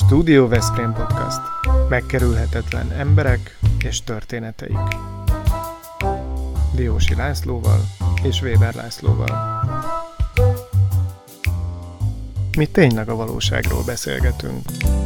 Studio Veszprém Podcast. Megkerülhetetlen emberek és történeteik. Diósi Lászlóval és Weber Lászlóval. Mi tényleg a valóságról beszélgetünk.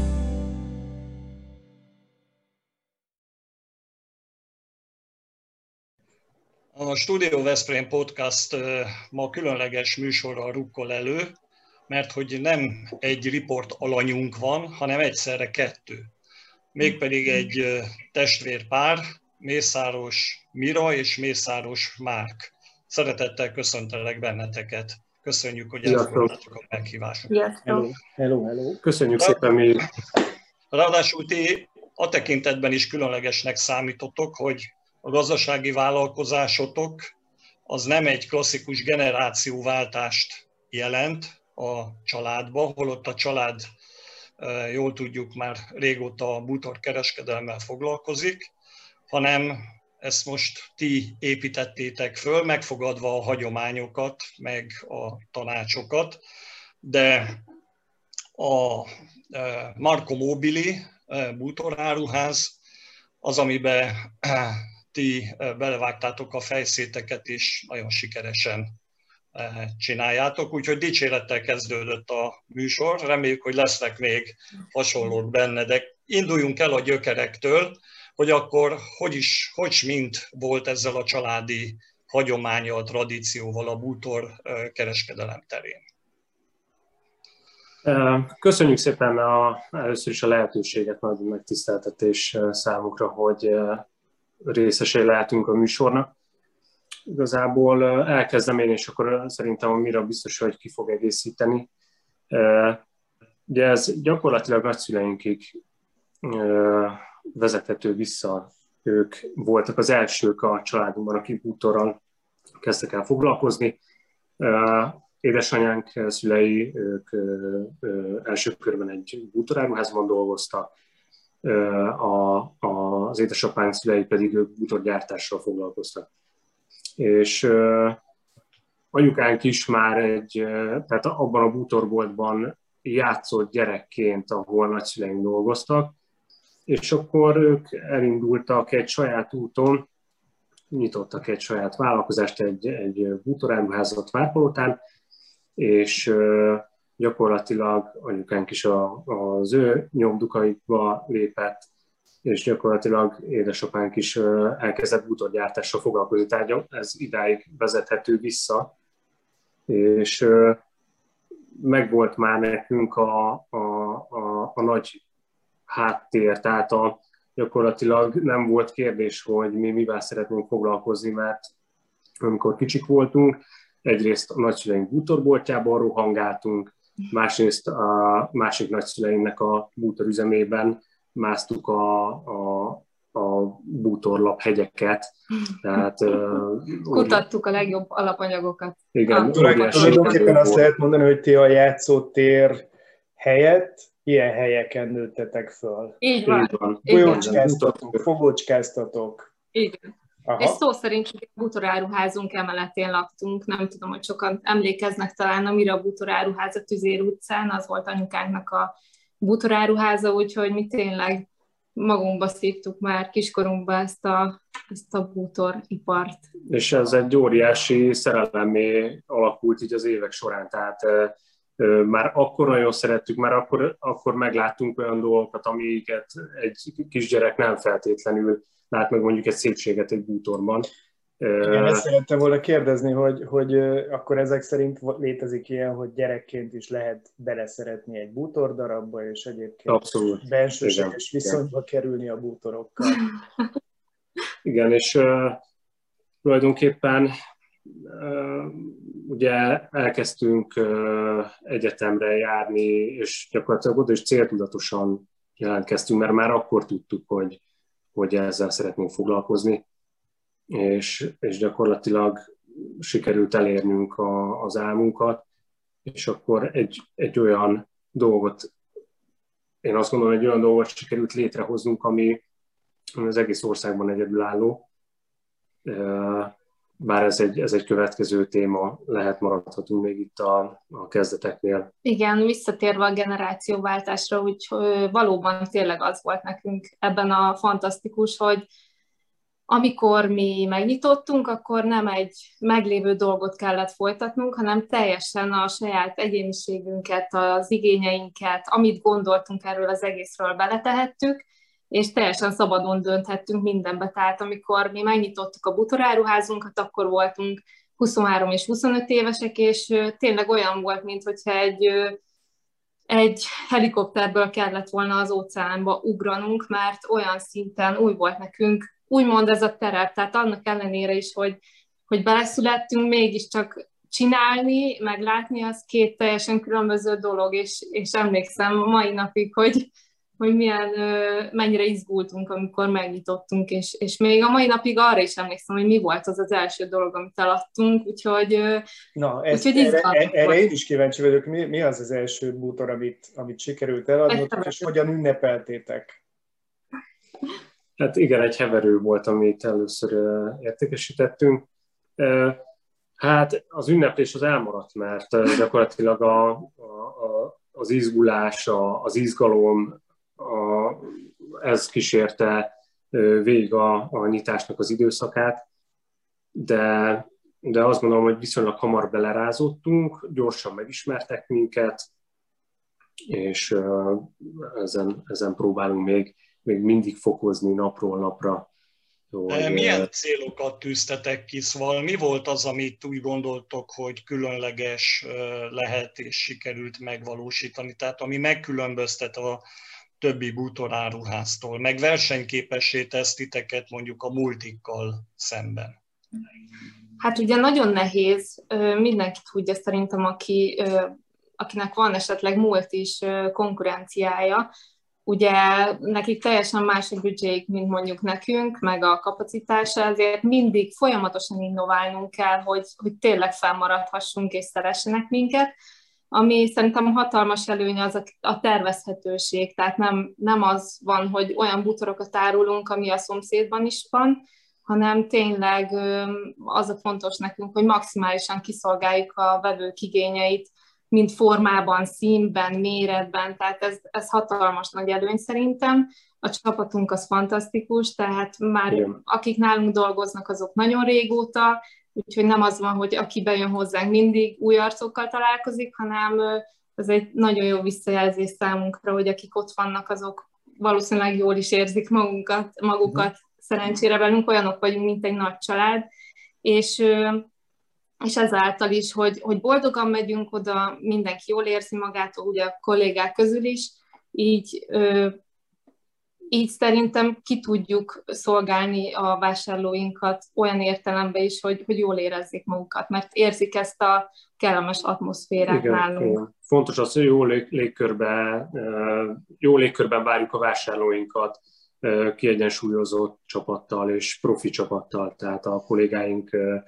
A Studio Veszprém Podcast ma különleges műsorral rukkol elő, mert hogy nem egy riport alanyunk van, hanem egyszerre kettő. Mégpedig egy testvérpár, Mészáros Mira és Mészáros Márk. Szeretettel köszöntelek benneteket. Köszönjük, hogy elfogadtátok a meghívásunkat. Hello. Köszönjük szépen mi. Ráadásul ti a tekintetben is különlegesnek számítotok, hogy a gazdasági vállalkozásotok az nem egy klasszikus generációváltást jelent a családba, holott a család, jól tudjuk, már régóta a bútorkereskedelemmel foglalkozik, hanem ezt most ti építettétek föl, megfogadva a hagyományokat, meg a tanácsokat, de a Marco Mobili bútoráruház az, amiben ti belevágtátok a fejszéteket is, nagyon sikeresen csináljátok, úgyhogy dicsérettel kezdődött a műsor, reméljük, hogy lesznek még hasonlók benne, de induljunk el a gyökerektől, hogy akkor hogy mint volt ezzel a családi hagyománnyal, tradícióval a bútor kereskedelem terén. Köszönjük szépen először is a lehetőséget, nagy megtiszteltetés számukra, hogy részesei lehetünk a műsornak. Igazából elkezdem én, és akkor szerintem a Mira biztos, hogy ki fog egészíteni. Ugye ez gyakorlatilag nagyszüleinkig vezethető vissza. Ők voltak az elsők a családunkban, akik bútorral kezdtek el foglalkozni. Édesanyánk szülei, ők első körben egy bútoráruházban dolgoztak, az édesapánk szülei pedig ők bútorgyártással foglalkoztak. És anyukánk is már tehát abban a bútorboltban játszott gyerekként, ahol nagyszüleink dolgoztak, és akkor ők elindultak egy saját úton, nyitottak egy saját vállalkozást, egy bútoráruházat Várpalotán, és gyakorlatilag anyukánk is az ő nyomdukaikba lépett, és gyakorlatilag édesapánk is elkezdett bútorgyártással foglalkozni, tehát ez idáig vezethető vissza, és megvolt már nekünk a nagy háttér, tehát gyakorlatilag nem volt kérdés, hogy mi mivel szeretnénk foglalkozni, mert amikor kicsik voltunk, egyrészt a nagyszüleink bútorboltjában rohangáltunk, másrészt a másik nagyszüleinknek a bútorüzemében másztuk a bútorlaphegyeket. Tehát, kutattuk a legjobb alapanyagokat. Igen, tulajdonképpen azt lehet mondani, hogy ti a játszótér helyett ilyen helyeken nőttetek föl. Így van. Golyócskáztatok, fogócskáztatok. Igen. Aha. És szó szerint a bútoráruházunk emeletén laktunk, nem tudom, hogy sokan emlékeznek talán a Mira bútoráruház a Tüzér utcán, az volt anyukánknak a bútoráruháza, úgyhogy mi tényleg magunkba szívtuk már kiskorunkba ezt a bútoripart. És ez egy óriási szerelemmé alakult így az évek során, tehát már akkor nagyon szerettük, már akkor megláttunk olyan dolgokat, amiket egy kisgyerek nem feltétlenül lát meg, mondjuk egy szépséget egy bútorban. Igen, ezt szerettem volna kérdezni, hogy akkor ezek szerint létezik ilyen, hogy gyerekként is lehet beleszeretni egy bútordarabba, és egyébként bensőséges viszonyba kerülni a bútorokkal. Igen, és tulajdonképpen ugye elkezdtünk egyetemre járni, és gyakorlatilag oda is céltudatosan jelentkeztünk, mert már akkor tudtuk, hogy ezzel szeretnénk foglalkozni, és gyakorlatilag sikerült elérnünk az álmunkat, és akkor egy olyan dolgot, én azt gondolom, egy olyan dolgot sikerült létrehoznunk, ami az egész országban egyedülálló. bár ez egy következő téma, maradhatunk még itt a kezdeteknél. Igen, visszatérve a generációváltásra, úgyhogy valóban tényleg az volt nekünk ebben a fantasztikus, hogy amikor mi megnyitottunk, akkor nem egy meglévő dolgot kellett folytatnunk, hanem teljesen a saját egyéniségünket, az igényeinket, amit gondoltunk erről az egészről beletehettük, és teljesen szabadon dönthettünk mindenbe. Tehát amikor mi megnyitottuk a bútoráruházunkat, akkor voltunk 23 és 25 évesek, és tényleg olyan volt, mintha egy helikopterből kellett volna az óceánba ugranunk, mert olyan szinten új volt nekünk, úgymond ez a terep, tehát annak ellenére is, hogy beleszülettünk, mégiscsak csinálni, meg látni, az két teljesen különböző dolog, és emlékszem mai napig, hogy mennyire izgultunk, amikor megnyitottunk, és még a mai napig arra is emlékszem, hogy mi volt az első dolog, amit eladtunk, úgyhogy erre én is kíváncsi vagyok, mi az az első bútor, amit sikerült eladnotok, és hogyan ünnepeltétek? Hát igen, egy heverő volt, amit először értékesítettünk. Hát az ünneplés az elmaradt, mert gyakorlatilag az izgulás, az izgalom, ez kísérte végig a nyitásnak az időszakát, de azt gondolom, hogy viszonylag hamar belerázottunk, gyorsan megismertek minket, és ezen próbálunk még mindig fokozni napról napra. Milyen célokat tűztetek ki? Szóval mi volt az, amit úgy gondoltok, hogy különleges lehet és sikerült megvalósítani? Tehát ami megkülönböztet a többi bútoráruháztól, meg versenyképessé tesz titeket mondjuk a multikkal szemben? Hát ugye nagyon nehéz, mindenki tudja szerintem, akinek van esetleg multis konkurenciája, ugye nekik teljesen más a büdzséik, mint mondjuk nekünk, meg a kapacitása, ezért mindig folyamatosan innoválnunk kell, hogy tényleg fennmaradhassunk és szeressenek minket, ami szerintem hatalmas előnye az a tervezhetőség, tehát nem az van, hogy olyan bútorokat árulunk, ami a szomszédban is van, hanem tényleg az a fontos nekünk, hogy maximálisan kiszolgáljuk a vevők igényeit, mind formában, színben, méretben, tehát ez hatalmas nagy előny szerintem. A csapatunk az fantasztikus, tehát már akik nálunk dolgoznak, azok nagyon régóta, úgyhogy nem az van, hogy aki bejön hozzánk, mindig új arcokkal találkozik, hanem ez egy nagyon jó visszajelzés számunkra, hogy akik ott vannak, azok valószínűleg jól is érzik magukat. Szerencsére velünk olyanok vagyunk, mint egy nagy család, és ezáltal is, hogy boldogan megyünk oda, mindenki jól érzi magát, ugye a kollégák közül is, így szerintem ki tudjuk szolgálni a vásárlóinkat olyan értelemben is, hogy jól érezzék magukat, mert érzik ezt a kellemes atmoszférát nálunk. Igen. Fontos az, hogy jó légkörben várjuk a vásárlóinkat, kiegyensúlyozott csapattal és profi csapattal, tehát a kollégáink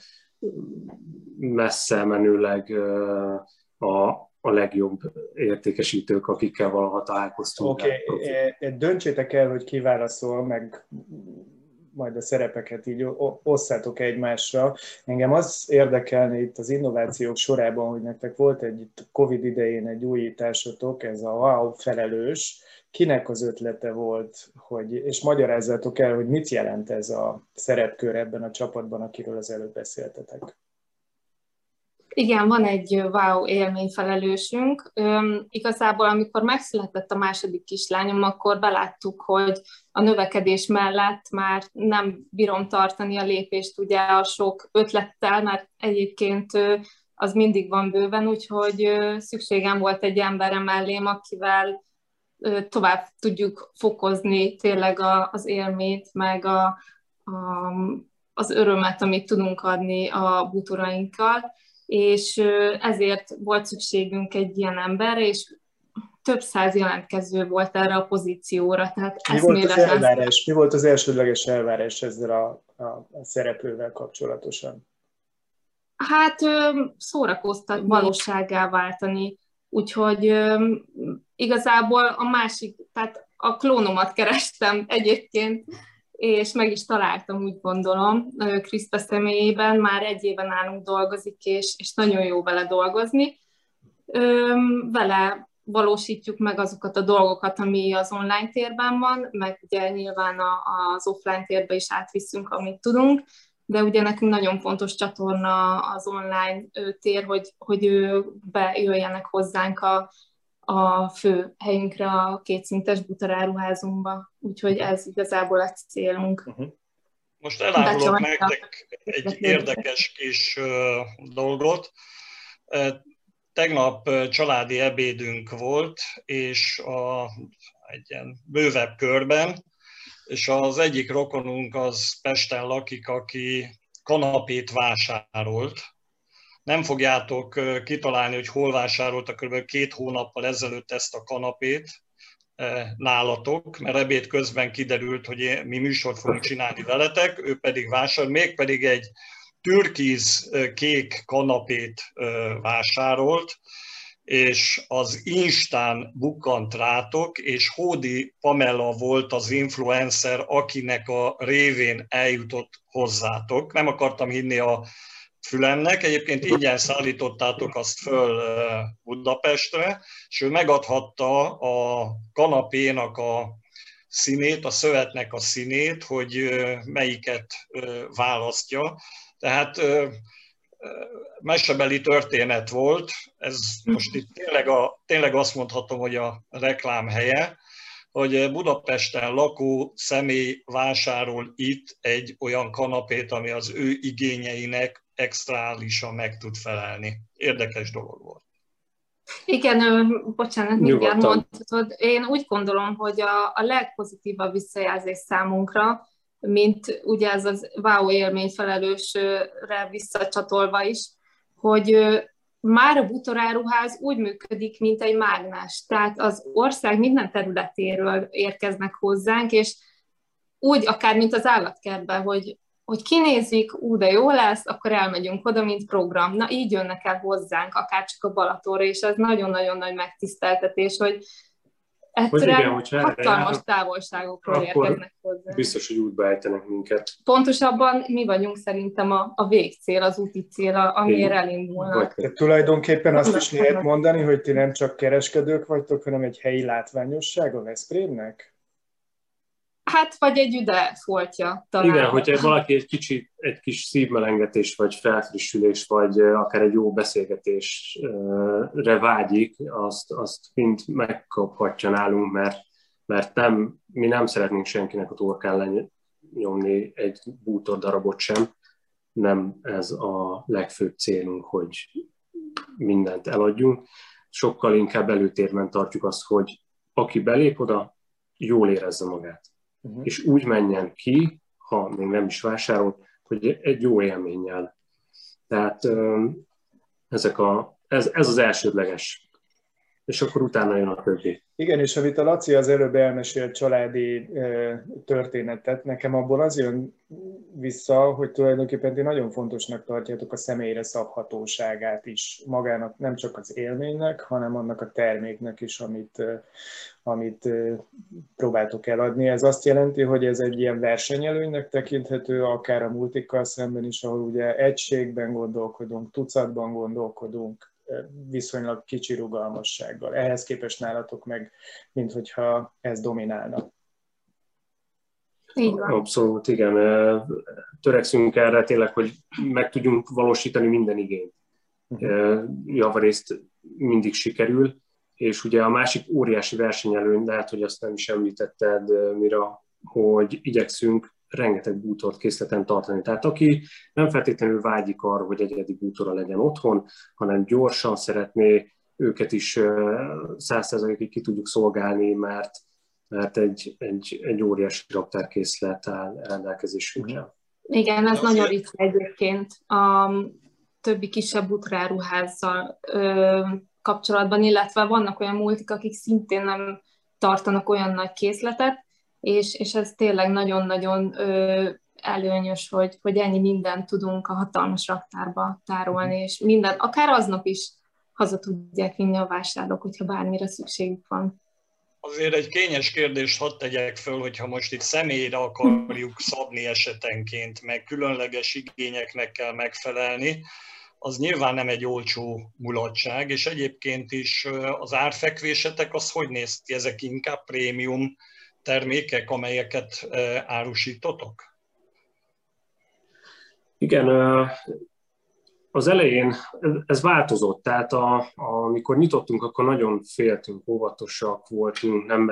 messze menőleg a legjobb értékesítők, akikkel valaha találkoztunk. Oké. Döntsétek el, hogy ki válaszol, meg majd a szerepeket így osszátok egymásra. Engem az érdekelne itt az innovációk sorában, hogy nektek volt itt Covid idején egy újításotok, ez a WOW felelős. Kinek az ötlete volt, és magyarázzátok el, hogy mit jelent ez a szerepkör ebben a csapatban, akiről az előbb beszéltetek? Igen, van egy WOW élményfelelősünk. Igazából, amikor megszületett a második kislányom, akkor beláttuk, hogy a növekedés mellett már nem bírom tartani a lépést ugye a sok ötlettel, mert egyébként az mindig van bőven, úgyhogy szükségem volt egy emberre mellém, akivel tovább tudjuk fokozni tényleg az élményt, meg az örömet, amit tudunk adni a bútorainkkal, és ezért volt szükségünk egy ilyen emberre, és több száz jelentkező volt erre a pozícióra. Tehát Mi volt az elsődleges elvárás ezzel a szereplővel kapcsolatosan? Hát szórakoztatni, valósággá váltani. Úgyhogy igazából tehát a klónomat kerestem egyébként, és meg is találtam, úgy gondolom, Kriszta személyében, már 1 éve nálunk dolgozik, és nagyon jó vele dolgozni. Vele valósítjuk meg azokat a dolgokat, ami az online térben van, meg ugye nyilván az offline térbe is átviszünk, amit tudunk, de ugye nekünk nagyon fontos csatorna az online tér, hogy bejöjjenek hozzánk a fő helyünkre, a kétszintes bútoráruházunkba. Úgyhogy ez igazából a célunk. Most elárulok nektek egy érdekes kis dolgot. Tegnap családi ebédünk volt, és egy ilyen bővebb körben, és az egyik rokonunk az Pesten lakik, aki kanapét vásárolt. Nem fogjátok kitalálni, hogy hol vásárolta kb. 2 hónappal ezelőtt ezt a kanapét nálatok, mert ebéd közben kiderült, hogy mi műsort fogunk csinálni veletek, ő pedig vásárol, mégpedig egy türkiz kék kanapét vásárolt, és az Instán bukkant rátok, és Hódi Pamela volt az influencer, akinek a révén eljutott hozzátok. Nem akartam hinni a fülemnek, egyébként ingyen szállítottátok azt föl Budapestre, és ő megadhatta a kanapénak a színét, a szövetnek a színét, hogy melyiket választja. Tehát mesebeli történet volt, ez most itt tényleg azt mondhatom, hogy a reklám helye, hogy Budapesten lakó személy vásárol itt egy olyan kanapét, ami az ő igényeinek extrálisan meg tud felelni. Érdekes dolog volt. Igen, bocsánat, mindjárt mondhatod. Én úgy gondolom, hogy a legpozitívabb visszajelzés számunkra, mint ugye ez az wow élmény felelősre visszacsatolva is, hogy már a bútoráruház úgy működik, mint egy mágnás. Tehát az ország minden területéről érkeznek hozzánk, és úgy akár, mint az állatkertben, hogy kinézik, de jó lesz, akkor elmegyünk oda, mint program. Na, így jönnek el hozzánk, akár csak a Balatonra, és ez nagyon-nagyon nagy megtiszteltetés, hogy egyszerűen hatalmas távolságokról érkeznek hozzá. Biztos, hogy útba ejtenek minket. Pontosabban mi vagyunk szerintem a végcél, az úti cél, amiért elindulnak. De tulajdonképpen azt is lehet mondani, hogy ti nem csak kereskedők vagytok, hanem egy helyi látványosság a Veszprémnek? Hát, vagy egy üdefoltja talán. Igen, hogyha valaki egy kis szívmelengetés, vagy felfrissülés, vagy akár egy jó beszélgetésre vágyik, azt mind megkaphatja nálunk, mert mi nem szeretnénk senkinek a torkán lenyomni egy bútordarabot sem. Nem ez a legfőbb célunk, hogy mindent eladjunk. Sokkal inkább előtérben tartjuk azt, hogy aki belép oda, jól érezze magát. És úgy menjen ki, ha még nem is vásárolt, hogy egy jó élménnyel. Tehát ez az elsődleges. És akkor utána jön a többi. Igen, és amit a Laci az előbb elmesélt családi történetet, nekem abból az jön vissza, hogy tulajdonképpen ti nagyon fontosnak tartjátok a személyre szabhatóságát is magának, nem csak az élménynek, hanem annak a terméknek is, amit próbáltok eladni. Ez azt jelenti, hogy ez egy ilyen versenyelőnynek tekinthető, akár a multikkal szemben is, ahol ugye egységben gondolkodunk, tucatban gondolkodunk, viszonylag kicsi rugalmassággal. Ehhez képest nálatok meg, minthogyha ez dominálna. Így van. Abszolút, igen. Törekszünk erre tényleg, hogy meg tudjunk valósítani minden igényt. Javarészt mindig sikerül, és ugye a másik óriási versenyelőny, lehet, hogy azt nem is említetted, Mira, hogy igyekszünk rengeteg bútort készleten tartani. Tehát aki nem feltétlenül vágyik arra, hogy egyedi bútora legyen otthon, hanem gyorsan szeretné őket is 100%-ig ki tudjuk szolgálni, mert egy óriási raktárkészlet áll rendelkezésünkre. Igen, ez nagyon ritka egyébként a többi kisebb bútoráruházzal kapcsolatban, illetve vannak olyan multik, akik szintén nem tartanak olyan nagy készletet, és ez tényleg nagyon-nagyon előnyös, hogy ennyi mindent tudunk a hatalmas raktárba tárolni, és minden, akár aznap is haza tudják vinni a vásárlók, hogyha bármire szükségük van. Azért egy kényes kérdést hadd tegyek föl, hogyha most itt személyre akarjuk szabni esetenként, meg különleges igényeknek kell megfelelni, az nyilván nem egy olcsó mulatság, és egyébként is az árfekvésetek az hogy néz ki? Ezek inkább prémium termékek, amelyeket árusítotok? Igen, az elején ez változott, tehát amikor nyitottunk, akkor nagyon féltünk, óvatosak voltunk, nem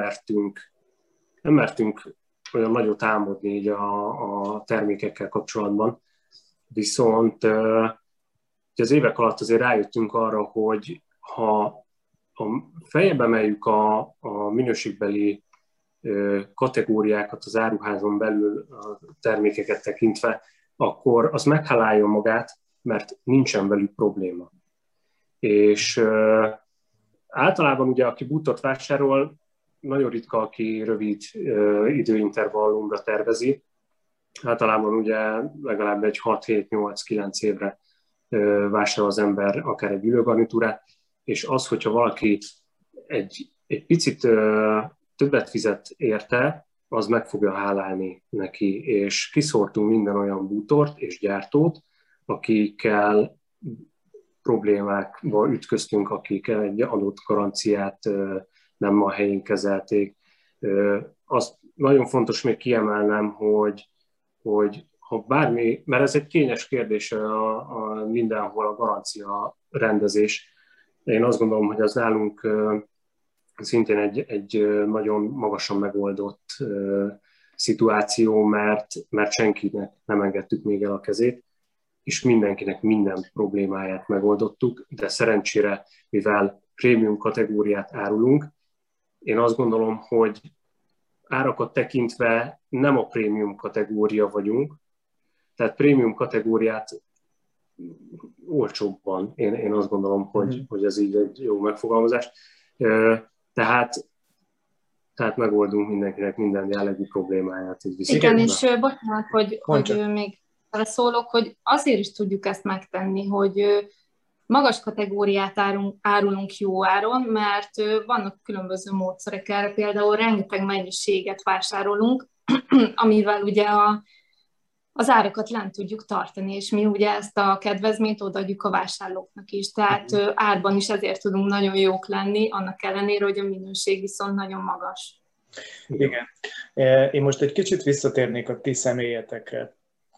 mertünk olyan nagyot álmodni így a termékekkel kapcsolatban. Viszont az évek alatt azért rájöttünk arra, hogy ha feljebb emeljük a minőségbeli kategóriákat az áruházon belül a termékeket tekintve, akkor az meghálálja magát, mert nincsen velük probléma. És általában ugye, aki bútort vásárol, nagyon ritka, aki rövid időintervallumra tervezi. Általában ugye legalább egy 6-7-8-9 évre vásárol az ember akár egy ülőgarnitúrát, és az, hogyha valaki egy picit többet fizet érte, az meg fogja hálálni neki, és kiszórtunk minden olyan bútort és gyártót, akikkel problémákba ütköztünk, akik egy adott garanciát nem a helyén kezelték. Azt nagyon fontos még kiemelnem, hogy ha bármi, mert ez egy kényes kérdés mindenhol a garancia rendezés. Én azt gondolom, hogy az nálunk szintén egy nagyon magasan megoldott szituáció, mert senkinek nem engedtük még el a kezét, és mindenkinek minden problémáját megoldottuk, de szerencsére, mivel prémium kategóriát árulunk, én azt gondolom, hogy árakat tekintve nem a prémium kategória vagyunk, tehát prémium kategóriát olcsóbban, én azt gondolom, hogy ez így egy jó megfogalmazás. Tehát megoldunk mindenkinek minden jellegű problémáját. Igen, és bocsánat, hogy még szólok, hogy azért is tudjuk ezt megtenni, hogy magas kategóriát árulunk jó áron, mert vannak különböző módszerek erre, például rengeteg mennyiséget vásárolunk, amivel ugye az árakat lent tudjuk tartani, és mi ugye ezt a kedvezményt odaadjuk a vásárlóknak is, tehát árban is ezért tudunk nagyon jók lenni, annak ellenére, hogy a minőség viszont nagyon magas. Igen. Én most egy kicsit visszatérnék a ti személyetekre.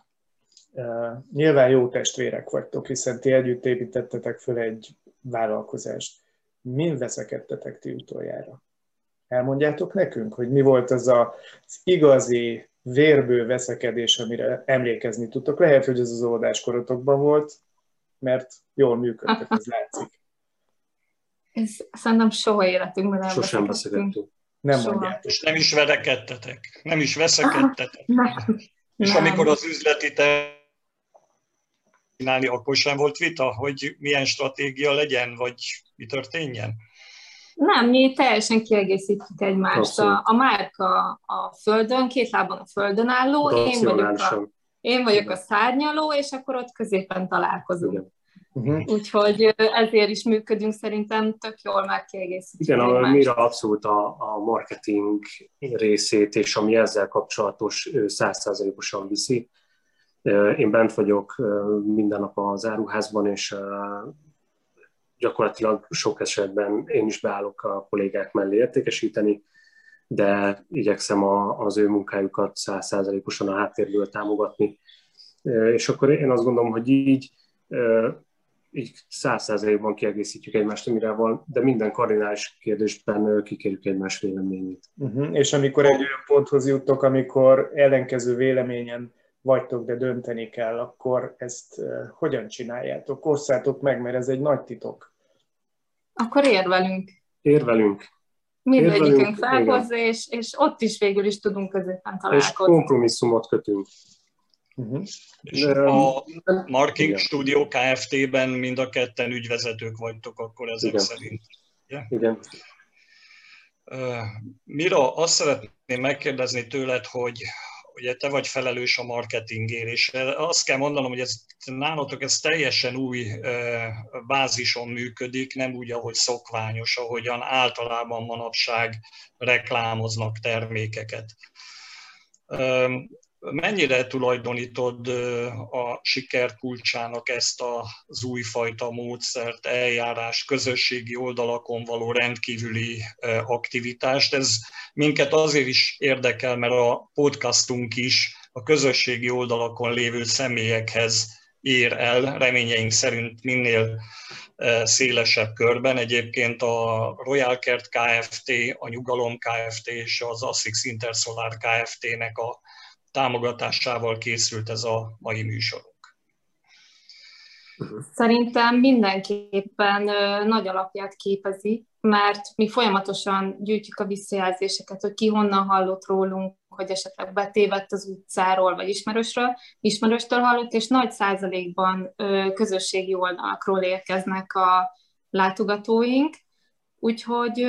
Nyilván jó testvérek vagytok, hiszen ti együtt építettetek föl egy vállalkozást. Min veszekedtetek ti utoljára? Elmondjátok nekünk, hogy mi volt az igazi vérből veszekedés, amire emlékezni tudtok. Lehet, hogy ez az óvodáskorotokban volt, mert jól működtek, ez látszik. Ez szerintem soha életünkben nem sosem veszekedtünk. Nem mondjátok. És nem is verekedtetek, nem is veszekedtetek. És amikor az üzleti csinálni, akkor sem volt vita, hogy milyen stratégia legyen, vagy mi történjen? Nem, mi teljesen kiegészítjük egymást. A márka a földön, két lábon a földön álló, én vagyok a szárnyaló, és akkor ott középen találkozunk. Úgyhogy ezért is működünk, szerintem tök jól már kiegészítjük egymást. Igen, Mira abszolút a marketing részét, és ami ezzel kapcsolatos 100%-osan viszi. Én bent vagyok minden nap az áruházban, és gyakorlatilag sok esetben én is beállok a kollégák mellé értékesíteni, de igyekszem az ő munkájukat 100%-osan a háttérből támogatni. És akkor én azt gondolom, hogy így 100%-ban kiegészítjük egymást a Mirával, de minden kardinális kérdésben kikérjük egymás véleményét. És amikor egy olyan ponthoz juttok, amikor ellenkező véleményen vagytok, de dönteni kell, akkor ezt hogyan csináljátok? Osszátok meg, mert ez egy nagy titok. Akkor Érvelünk. Mindegyikünk felhozza, és ott is végül is tudunk középen találkozni. És kompromisszumot kötünk. És a Marking Studio Kft-ben mind a ketten ügyvezetők vagytok akkor ezek szerint. Igen. Mira, azt szeretném megkérdezni tőled, hogy ugye te vagy felelős a marketingért, és azt kell mondanom, hogy nálatok ez teljesen új bázison működik, nem úgy, ahogy szokványos, ahogyan általában manapság reklámoznak termékeket. Mennyire tulajdonítod a siker kulcsának ezt az újfajta módszert, eljárást, közösségi oldalakon való rendkívüli aktivitást? Ez minket azért is érdekel, mert a podcastunk is a közösségi oldalakon lévő személyekhez ér el, reményeink szerint minél szélesebb körben. Egyébként a Royal Kert Kft., a Nyugalom Kft. És az ASSIX Intersolar Kft.-nek a támogatásával készült ez a mai műsorunk. Szerintem mindenképpen nagy alapját képezi, mert mi folyamatosan gyűjtjük a visszajelzéseket, hogy ki honnan hallott rólunk, hogy esetleg betévedt az utcáról, vagy ismerőstől hallott, és nagy százalékban közösségi oldalakról érkeznek a látogatóink. Úgyhogy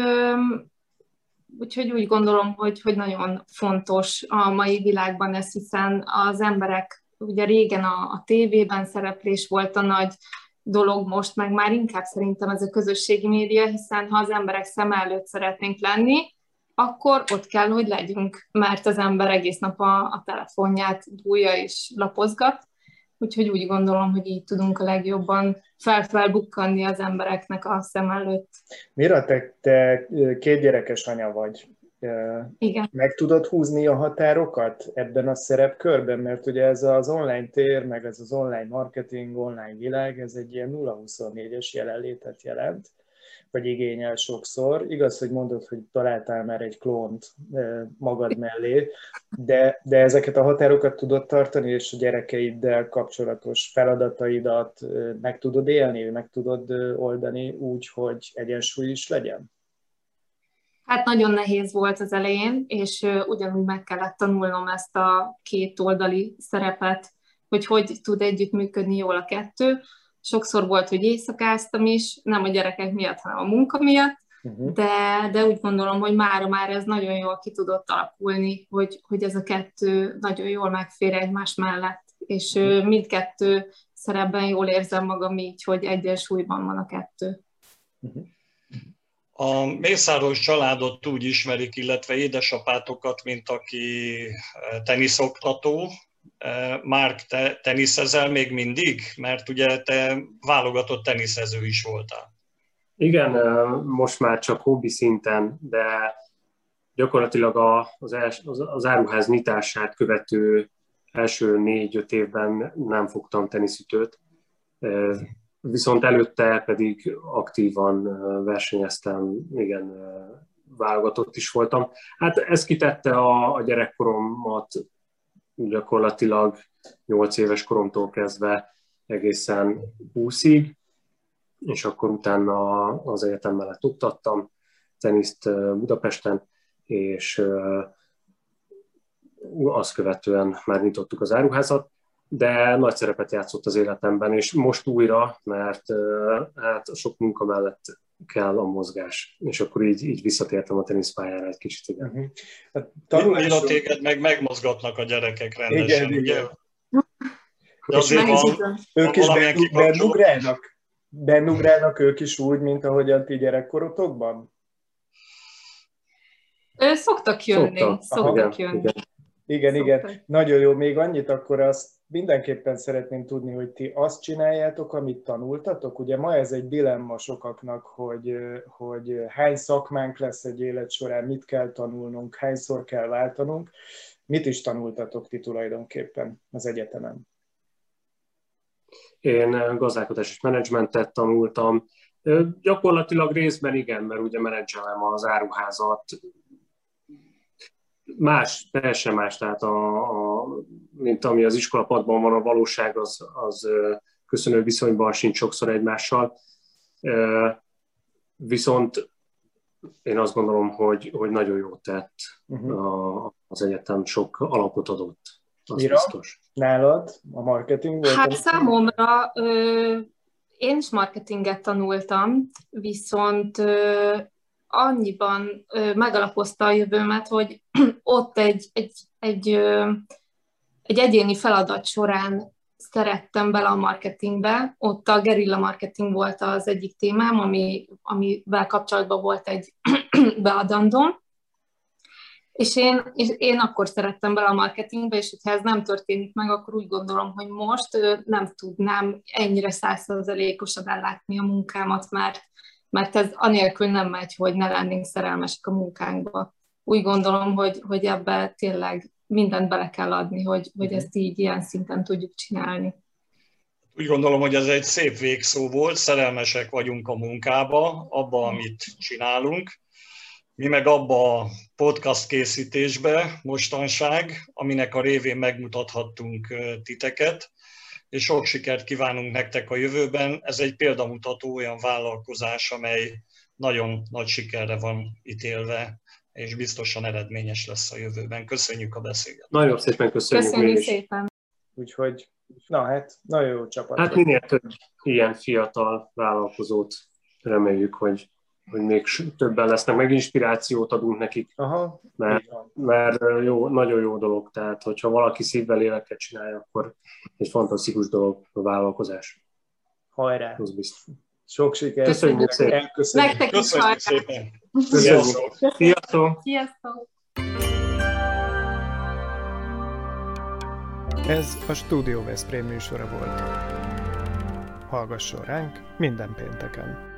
úgy gondolom, hogy nagyon fontos a mai világban ez, hiszen az emberek, ugye régen a tévében szereplés volt a nagy dolog, most meg már inkább szerintem ez a közösségi média, hiszen ha az emberek szem előtt szeretnénk lenni, akkor ott kell, hogy legyünk, mert az ember egész nap a telefonját dúlja és lapozgat, úgyhogy úgy gondolom, hogy így tudunk a legjobban felbukkanni az embereknek a szem előtt. Mira, te 2 gyerekes anya vagy. Igen. Meg tudod húzni a határokat ebben a szerepkörben? Mert ugye ez az online tér, meg ez az online marketing, online világ, ez egy ilyen 0-24-es jelenlétet jelent, vagy igényel sokszor. Igaz, hogy mondod, hogy találtál már egy klónt magad mellé, de ezeket a határokat tudod tartani, és a gyerekeiddel kapcsolatos feladataidat meg tudod élni, meg tudod oldani úgy, hogy egyensúly is legyen? Hát nagyon nehéz volt az elején, és ugyanúgy meg kellett tanulnom ezt a 2 oldali szerepet, hogy tud együttműködni jól a 2. Sokszor volt, hogy éjszakáztam is, nem a gyerekek miatt, hanem a munka miatt, de úgy gondolom, hogy már ez nagyon jól ki tudott alakulni, hogy ez a 2 nagyon jól megfér egymás mellett, és mindkettő szerepben jól érzem magam így, hogy egyensúlyban van a 2. A Mészáros családot úgy ismerik, illetve édesapátokat, mint aki teniszoktató. Márk, te teniszezel még mindig? Mert ugye te válogatott teniszező is voltál. Igen, most már csak hobbi szinten, de gyakorlatilag az áruház nyitását követő első 4-5 évben nem fogtam teniszütőt. Viszont előtte pedig aktívan versenyeztem, igen, válogatott is voltam. Hát ez kitette a gyerekkoromat gyakorlatilag 8 éves koromtól kezdve egészen 20-ig, és akkor utána az egyetem mellett oktattam teniszt Budapesten, és azt követően már nyitottuk az áruházat, de nagy szerepet játszott az életemben, és most újra, mert hát sok munka mellett kell a mozgás, és akkor így visszatértem a teniszpályára egy kicsit, igen. Tanulásról téged megmozgatnak a gyerekek rendesen, igen, ugye? Igen. De azért ők is bennugrálnak ők is úgy, mint ahogyan ti gyerekkorotokban? Szoktak jönni. Szoktak jönni. Igen. Nagyon jó. Még annyit akkor azt mindenképpen szeretném tudni, hogy ti azt csináljátok, amit tanultatok. Ugye ma ez egy dilemma sokaknak, hogy hány szakmánk lesz egy élet során, mit kell tanulnunk, hányszor kell váltanunk. Mit is tanultatok ti tulajdonképpen az egyetemen? Én gazdálkodás és menedzsmentet tanultam. Gyakorlatilag részben igen, mert ugye menedzselem az áruházat. Teljesen más, tehát mint ami az iskolapadban van, a valóság, az köszönő viszonyban sincs sokszor egymással. Viszont én azt gondolom, hogy nagyon jót tett az egyetem, sok alapot adott. Az Mira, biztos. Nálad a marketing volt? Hát számomra én is marketinget tanultam, viszont annyiban megalapozta a jövőmet, hogy ott egy egy egyéni feladat során szerettem bele a marketingbe. Ott a gerilla marketing volt az egyik témám, amivel kapcsolatban volt egy beadandóm. És én akkor szerettem bele a marketingbe, és hogyha ez nem történik meg, akkor úgy gondolom, hogy most nem tudnám ennyire 100%-osan ellátni a munkámat, mert ez anélkül nem megy, hogy ne lennénk szerelmesek a munkánkba. Úgy gondolom, hogy ebbe tényleg mindent bele kell adni, hogy ezt így ilyen szinten tudjuk csinálni. Úgy gondolom, hogy ez egy szép végszó volt, szerelmesek vagyunk a munkába, abba, amit csinálunk. Mi meg abba a podcast készítésbe mostanság, aminek a révén megmutathattunk titeket, és sok sikert kívánunk nektek a jövőben. Ez egy példamutató olyan vállalkozás, amely nagyon nagy sikerre van ítélve, és biztosan eredményes lesz a jövőben. Köszönjük a beszélgetést. Nagyon szépen köszönjük. Köszönjük szépen. Úgyhogy, nagyon jó csapat. Hát minél több ilyen fiatal vállalkozót reméljük, hogy még többen lesznek, meg inspirációt adunk nekik, aha, mert nagyon jó dolog, tehát hogyha valaki szívvel lélekkel csinálja, akkor egy fantasztikus dolog a vállalkozás. Hajrá! Az biztos. Sok sikert! Köszönjük szépen! Köszönjük szépen! Sziasztok! Sziasztok! Ez a Studio Veszprém műsora volt. Hallgasson ránk minden pénteken!